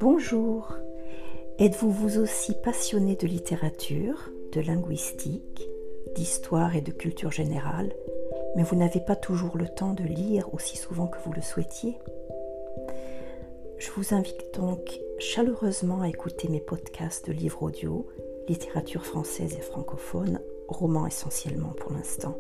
Bonjour, êtes-vous vous aussi passionné de littérature, de linguistique, d'histoire et de culture générale, mais vous n'avez pas toujours le temps de lire aussi souvent que vous le souhaitiez? Je vous invite donc chaleureusement à écouter mes podcasts de livres audio, littérature française et francophone, romans essentiellement pour l'instant.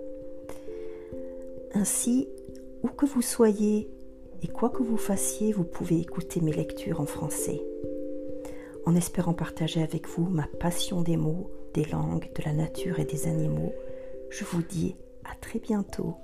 Ainsi, où que vous soyez et quoi que vous fassiez, vous pouvez écouter mes lectures en français, en espérant partager avec vous ma passion des mots, des langues, de la nature et des animaux. Je vous dis à très bientôt.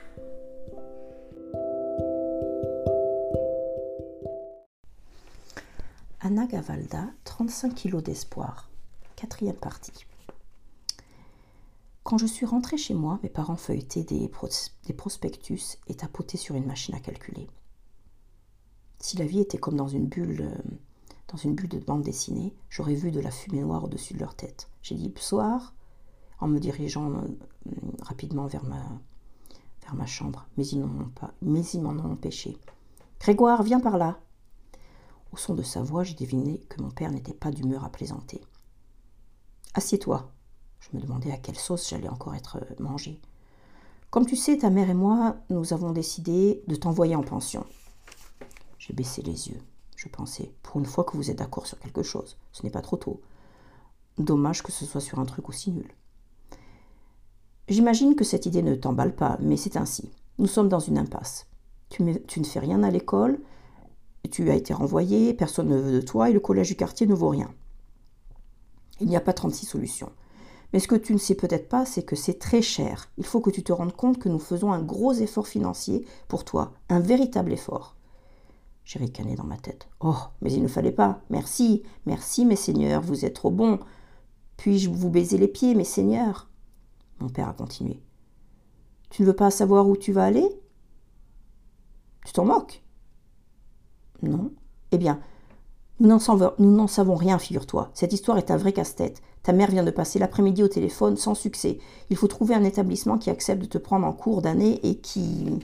Anna Gavalda, 35 kilos d'espoir. 4e partie. Quand je suis rentrée chez moi, mes parents feuilletaient des prospectus et tapotaient sur une machine à calculer. Si la vie était comme dans une bulle de bande dessinée, j'aurais vu de la fumée noire au-dessus de leur tête. J'ai dit « Bonsoir » en me dirigeant rapidement vers ma chambre, mais ils m'en ont empêché. « Grégoire, viens par là !» Au son de sa voix, j'ai deviné que mon père n'était pas d'humeur à plaisanter. « Assieds-toi !» Je me demandais à quelle sauce j'allais encore être mangée. « Comme tu sais, ta mère et moi, nous avons décidé de t'envoyer en pension. » J'ai baissé les yeux. Je pensais, pour une fois que vous êtes d'accord sur quelque chose, ce n'est pas trop tôt. Dommage que ce soit sur un truc aussi nul. J'imagine que cette idée ne t'emballe pas, mais c'est ainsi. Nous sommes dans une impasse. Tu ne fais rien à l'école, tu as été renvoyé, personne ne veut de toi et le collège du quartier ne vaut rien. Il n'y a pas 36 solutions. Mais ce que tu ne sais peut-être pas, c'est que c'est très cher. Il faut que tu te rendes compte que nous faisons un gros effort financier pour toi, un véritable effort. J'ai ricané dans ma tête. « Oh, mais il ne fallait pas. Merci, merci, mes seigneurs, vous êtes trop bons. Puis-je vous baiser les pieds, mes seigneurs ?» Mon père a continué. « Tu ne veux pas savoir où tu vas aller ? Tu t'en moques ? » « Non. Eh bien, nous n'en savons rien, figure-toi. Cette histoire est un vrai casse-tête. Ta mère vient de passer l'après-midi au téléphone sans succès. Il faut trouver un établissement qui accepte de te prendre en cours d'année et qui...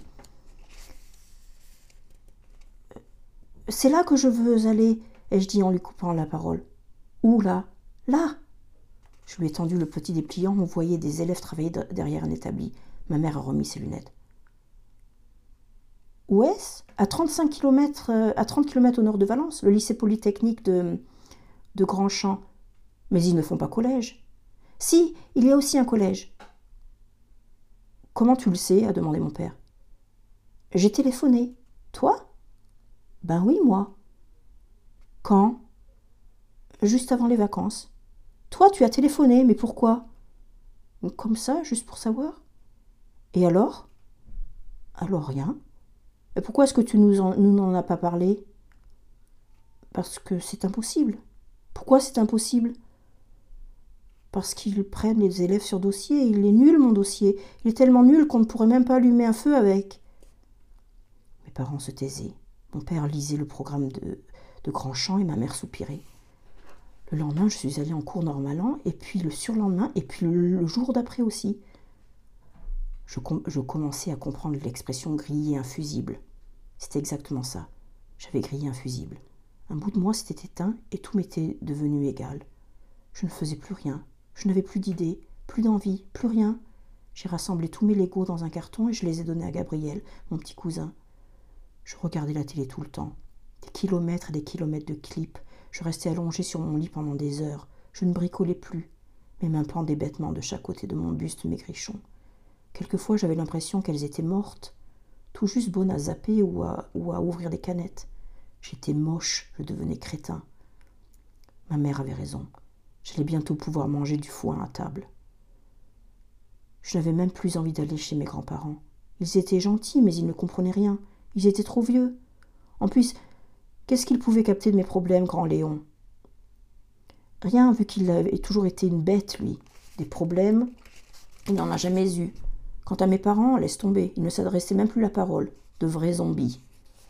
« C'est là que je veux aller, » ai-je dit en lui coupant la parole. « Où là ? Là !» Je lui ai tendu le petit dépliant où on voyait des élèves travailler derrière un établi. Ma mère a remis ses lunettes. « Où est-ce ? À 30 km au nord de Valence, le lycée polytechnique de Grandchamp. Mais ils ne font pas collège. »« Si, il y a aussi un collège. »« Comment tu le sais ?» a demandé mon père. « J'ai téléphoné. »« Toi ? » « Ben oui, moi. »« Quand ? » ?»« Juste avant les vacances. »« Toi, tu as téléphoné, mais pourquoi ? » ?»« Comme ça, juste pour savoir. »« Et alors ? » ?»« Alors rien. »« Et pourquoi est-ce que tu nous n'en as pas parlé ? » ?»« Parce que c'est impossible. »« Pourquoi c'est impossible ? » ?»« Parce qu'ils prennent les élèves sur dossier. Il est nul, mon dossier. Il est tellement nul qu'on ne pourrait même pas allumer un feu avec. » Mes parents se taisaient. Mon père lisait le programme de Grandchamp et ma mère soupirait. Le lendemain, je suis allée en cours normalement, et puis le surlendemain, et puis le jour d'après aussi. Je commençais à comprendre l'expression « griller un fusible ». C'était exactement ça. J'avais grillé un fusible. Un bout de moi s'était éteint et tout m'était devenu égal. Je ne faisais plus rien. Je n'avais plus d'idées, plus d'envie, plus rien. J'ai rassemblé tous mes Legos dans un carton et je les ai donnés à Gabriel, mon petit cousin. Je regardais la télé tout le temps. Des kilomètres et des kilomètres de clips. Je restais allongée sur mon lit pendant des heures. Je ne bricolais plus. Mes mains pendaient bêtement de chaque côté de mon buste maigrichon. Quelquefois, j'avais l'impression qu'elles étaient mortes, tout juste bonnes à zapper ou à ouvrir des canettes. J'étais moche, je devenais crétin. Ma mère avait raison. J'allais bientôt pouvoir manger du foin à table. Je n'avais même plus envie d'aller chez mes grands-parents. Ils étaient gentils, mais ils ne comprenaient rien. Ils étaient trop vieux. En plus, qu'est-ce qu'ils pouvaient capter de mes problèmes, grand Léon ? Rien, vu qu'il avait toujours été une bête, lui. Des problèmes, il n'en a jamais eu. Quant à mes parents, laisse tomber. Ils ne s'adressaient même plus la parole. De vrais zombies.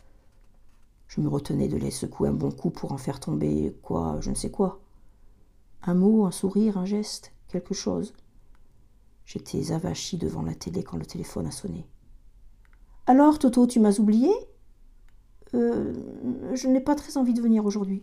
Je me retenais de les secouer un bon coup pour en faire tomber je ne sais quoi. Un mot, un sourire, un geste, quelque chose. J'étais avachie devant la télé quand le téléphone a sonné. « Alors, Toto, tu m'as oublié ? Je n'ai pas très envie de venir aujourd'hui. »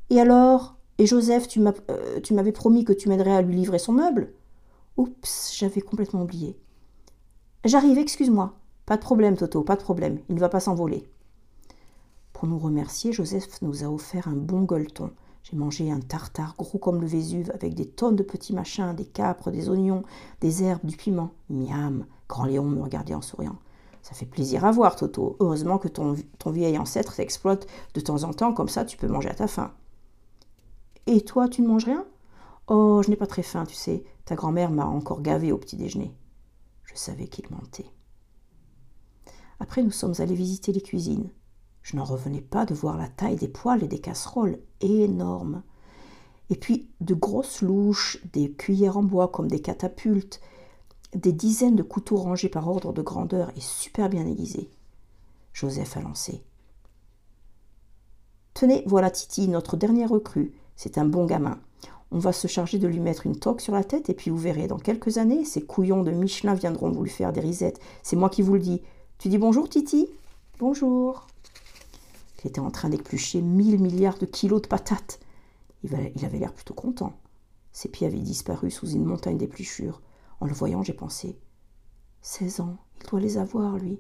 Et alors? Et Joseph, tu m'avais promis que tu m'aiderais à lui livrer son meuble? Oups, j'avais complètement oublié. J'arrive, excuse-moi. Pas de problème, Toto, pas de problème. Il ne va pas s'envoler. Pour nous remercier, Joseph nous a offert un bon gueuleton. J'ai mangé un tartare gros comme le Vésuve, avec des tonnes de petits machins, des capres, des oignons, des herbes, du piment. Miam! Grand Léon me regardait en souriant. Ça fait plaisir à voir, Toto. Heureusement que ton vieil ancêtre t'exploite de temps en temps, comme ça tu peux manger à ta faim. Et toi, tu ne manges rien? Oh, je n'ai pas très faim, tu sais. Ta grand-mère m'a encore gavé au petit déjeuner. Je savais qu'il mentait. Après, nous sommes allés visiter les cuisines. Je n'en revenais pas de voir la taille des poêles et des casseroles, énormes. Et puis de grosses louches, des cuillères en bois comme des catapultes, des dizaines de couteaux rangés par ordre de grandeur et super bien aiguisés. Joseph a lancé. Tenez, voilà Titi, notre dernière recrue. C'est un bon gamin. On va se charger de lui mettre une toque sur la tête et puis vous verrez, dans quelques années, ces couillons de Michelin viendront vous lui faire des risettes. C'est moi qui vous le dis. Tu dis bonjour Titi? Bonjour. Il était en train d'éplucher 1000 milliards de kilos de patates. Il avait l'air plutôt content. Ses pieds avaient disparu sous une montagne d'épluchures. En le voyant, j'ai pensé, 16 ans, il doit les avoir, lui.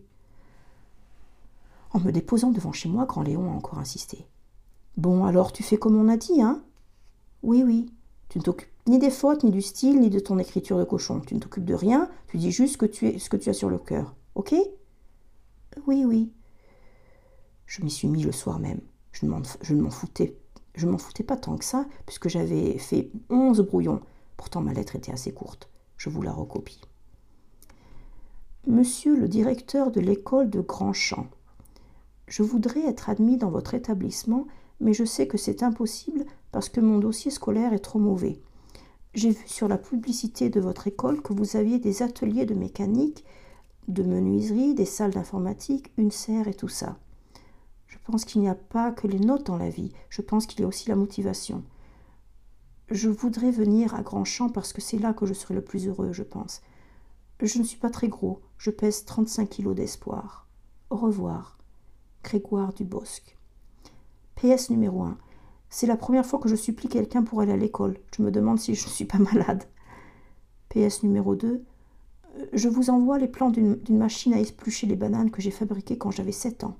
En me déposant devant chez moi, Grand Léon a encore insisté. Bon, alors tu fais comme on a dit, hein? Oui, oui. Tu ne t'occupes ni des fautes, ni du style, ni de ton écriture de cochon. Tu ne t'occupes de rien, tu dis juste ce que tu as sur le cœur. Ok? Oui, oui. Je m'y suis mis le soir même. Je ne m'en foutais. Je ne m'en foutais pas tant que ça, puisque j'avais fait 11 brouillons. Pourtant, ma lettre était assez courte. Je vous la recopie. Monsieur le directeur de l'école de Grandchamp, je voudrais être admis dans votre établissement, mais je sais que c'est impossible parce que mon dossier scolaire est trop mauvais. J'ai vu sur la publicité de votre école que vous aviez des ateliers de mécanique, de menuiserie, des salles d'informatique, une serre et tout ça. Je pense qu'il n'y a pas que les notes dans la vie, je pense qu'il y a aussi la motivation. Je voudrais venir à Grandchamp parce que c'est là que je serai le plus heureux, je pense. Je ne suis pas très gros, je pèse 35 kilos d'espoir. Au revoir. Grégoire Dubosc. PS numéro 1. C'est la première fois que je supplie quelqu'un pour aller à l'école. Je me demande si je ne suis pas malade. PS numéro 2. Je vous envoie les plans d'une machine à éplucher les bananes que j'ai fabriquée quand j'avais 7 ans.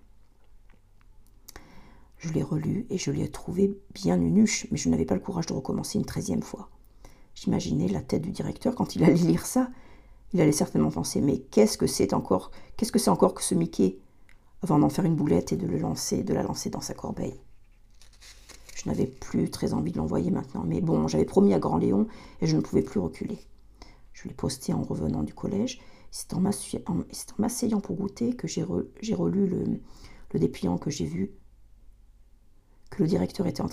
Je l'ai relu et je l'ai trouvé bien nunuche, mais je n'avais pas le courage de recommencer une 13e fois. J'imaginais la tête du directeur quand il allait lire ça. Il allait certainement penser, mais qu'est-ce que c'est encore que ce Mickey, avant d'en faire une boulette et de la lancer dans sa corbeille. Je n'avais plus très envie de l'envoyer maintenant, mais bon, j'avais promis à Grand Léon et je ne pouvais plus reculer. Je l'ai posté en revenant du collège. C'est en m'asseyant pour goûter que j'ai relu le dépliant que j'ai vu que le directeur était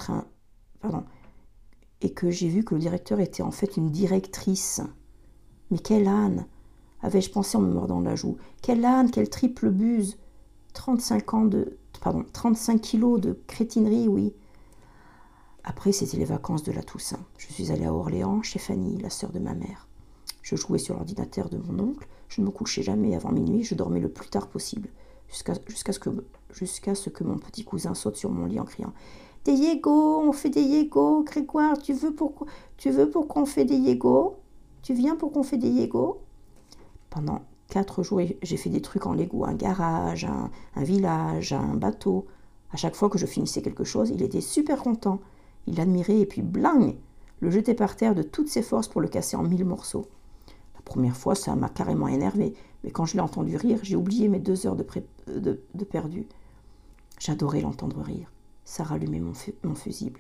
et que j'ai vu que le directeur était en fait une directrice. Mais quel âne, avais-je pensé en me mordant la joue. Quel âne, quelle triple buse. 35 kilos de crétinerie, oui. Après, c'était les vacances de la Toussaint. Je suis allée à Orléans, chez Fanny, la sœur de ma mère. Je jouais sur l'ordinateur de mon oncle. Je ne me couchais jamais avant minuit. Je dormais le plus tard possible, jusqu'à ce que mon petit cousin saute sur mon lit en criant « Des yégos, on fait des yégos. Grégoire, tu veux pour qu'on fait des yégos? Tu viens pour qu'on fait des yégos ?» Pendant 4 jours, j'ai fait des trucs en Lego, un garage, un village, un bateau. À chaque fois que je finissais quelque chose, il était super content. Il l'admirait et puis blang, le jetait par terre de toutes ses forces pour le casser en 1000 morceaux. La première fois, ça m'a carrément énervé, mais quand je l'ai entendu rire, j'ai oublié mes 2 heures de perdu. J'adorais l'entendre rire. Ça rallumait mon fusible.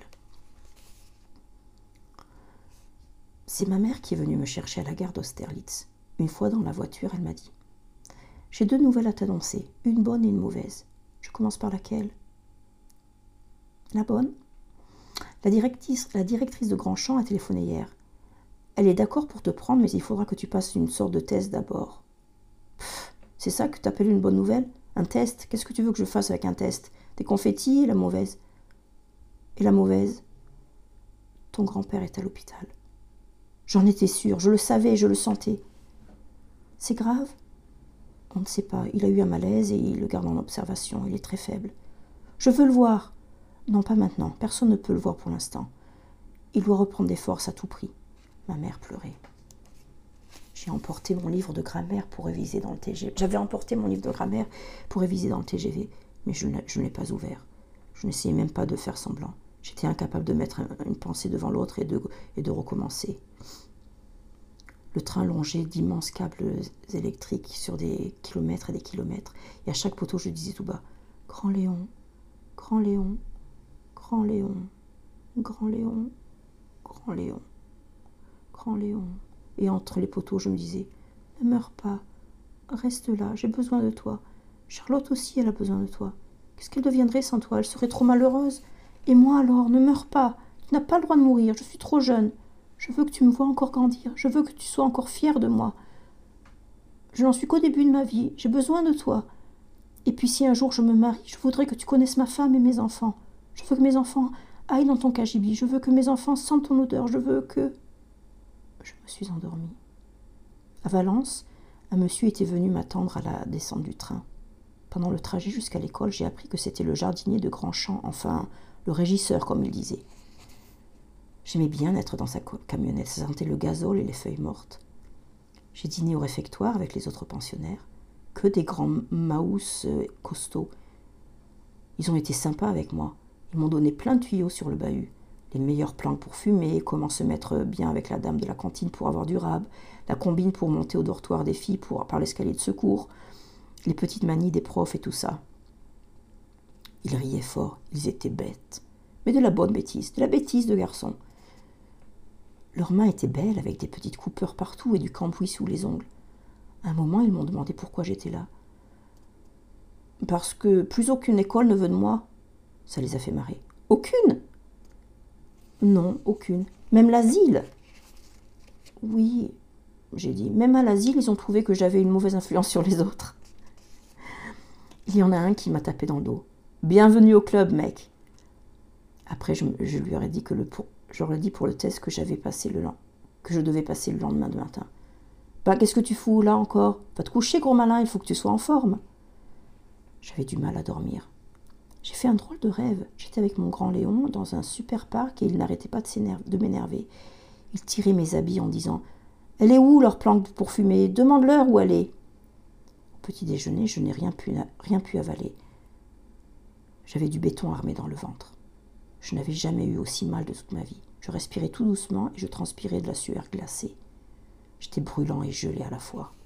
C'est ma mère qui est venue me chercher à la gare d'Austerlitz. Une fois dans la voiture, elle m'a dit « J'ai 2 nouvelles à t'annoncer, une bonne et une mauvaise. Je commence par laquelle ?»« La bonne ? La directrice de Grandchamp a téléphoné hier. Elle est d'accord pour te prendre, mais il faudra que tu passes une sorte de test d'abord. » C'est ça que tu appelles une bonne nouvelle? Un test? Qu'est-ce que tu veux que je fasse avec un test? Des confettis et la mauvaise? Et la mauvaise? Ton grand-père est à l'hôpital. J'en étais sûre, je le savais, je le sentais. C'est grave? On ne sait pas, il a eu un malaise et il le garde en observation, il est très faible. Je veux le voir. Non, pas maintenant. Personne ne peut le voir pour l'instant. Il doit reprendre des forces à tout prix. » Ma mère pleurait. J'ai emporté mon livre de grammaire pour réviser dans le TGV. J'avais emporté mon livre de grammaire pour réviser dans le TGV, mais je ne l'ai pas ouvert. Je n'essayais même pas de faire semblant. J'étais incapable de mettre une pensée devant l'autre et de recommencer. Le train longeait d'immenses câbles électriques sur des kilomètres et des kilomètres. Et à chaque poteau, je disais tout bas, « Grand Léon, Grand Léon, Grand Léon, Grand Léon, Grand Léon, Grand Léon. » Et entre les poteaux, je me disais, « Ne meurs pas, reste là, j'ai besoin de toi. Charlotte aussi, elle a besoin de toi. Qu'est-ce qu'elle deviendrait sans toi? Elle serait trop malheureuse. Et moi alors, ne meurs pas. Tu n'as pas le droit de mourir, je suis trop jeune. Je veux que tu me vois encore grandir. Je veux que tu sois encore fière de moi. Je n'en suis qu'au début de ma vie. J'ai besoin de toi. Et puis si un jour je me marie, je voudrais que tu connaisses ma femme et mes enfants. Je veux que mes enfants aillent dans ton cagibi. Je veux que mes enfants sentent ton odeur. Je veux que... » Je me suis endormie. À Valence, un monsieur était venu m'attendre à la descente du train. Pendant le trajet jusqu'à l'école, j'ai appris que c'était le jardinier de Grandchamp, enfin, le régisseur, comme il disait. J'aimais bien être dans sa camionnette, ça sentait le gazole et les feuilles mortes. J'ai dîné au réfectoire avec les autres pensionnaires, que des grands maous costauds. Ils ont été sympas avec moi. Ils m'ont donné plein de tuyaux sur le bahut. Les meilleures planques pour fumer, comment se mettre bien avec la dame de la cantine pour avoir du rab, la combine pour monter au dortoir des filles par l'escalier de secours, les petites manies des profs et tout ça. Ils riaient fort, ils étaient bêtes. Mais de la bonne bêtise, de la bêtise de garçons. Leurs mains étaient belles, avec des petites coupeurs partout et du cambouis sous les ongles. À un moment, ils m'ont demandé pourquoi j'étais là. Parce que plus aucune école ne veut de moi. Ça les a fait marrer. Aucune? Non, aucune. Même l'asile? Oui, j'ai dit. Même à l'asile, ils ont trouvé que j'avais une mauvaise influence sur les autres. Il y en a un qui m'a tapé dans le dos. Bienvenue au club, mec. Après, je lui aurais dit j'aurais dit pour le test que je devais passer le lendemain de matin. Ben, qu'est-ce que tu fous là encore? Va te coucher, gros malin, il faut que tu sois en forme. J'avais du mal à dormir. J'ai fait un drôle de rêve. J'étais avec mon grand Léon dans un super parc et il n'arrêtait pas de m'énerver. Il tirait mes habits en disant « Elle est où leur planque pour fumer? Demande-leur où elle est. » Au petit déjeuner, je n'ai rien pu avaler. J'avais du béton armé dans le ventre. Je n'avais jamais eu aussi mal de toute ma vie. Je respirais tout doucement et je transpirais de la sueur glacée. J'étais brûlant et gelé à la fois.